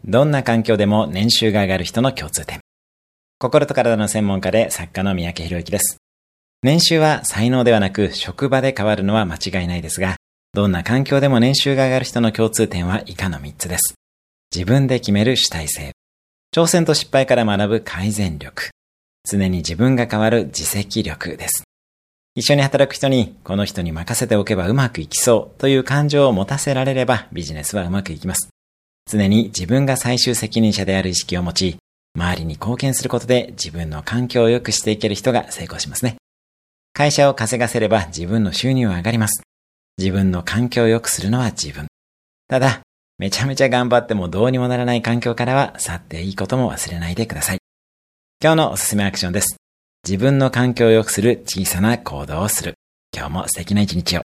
どんな環境でも年収が上がる人の共通点。心と体の専門家で作家の三宅宏之です。年収は才能ではなく職場で変わるのは間違いないですが、どんな環境でも年収が上がる人の共通点は以下の3つです。自分で決める主体性。挑戦と失敗から学ぶ改善力。常に自分が変わる自責力です。一緒に働く人に、この人に任せておけばうまくいきそうという感情を持たせられればビジネスはうまくいきます。常に自分が最終責任者である意識を持ち、周りに貢献することで自分の環境を良くしていける人が成功しますね。会社を稼がせれば自分の収入は上がります。自分の環境を良くするのは自分。ただ、めちゃめちゃ頑張ってもどうにもならない環境からは去っていいことも忘れないでください。今日のおすすめアクションです。自分の環境を良くする小さな行動をする。今日も素敵な一日を。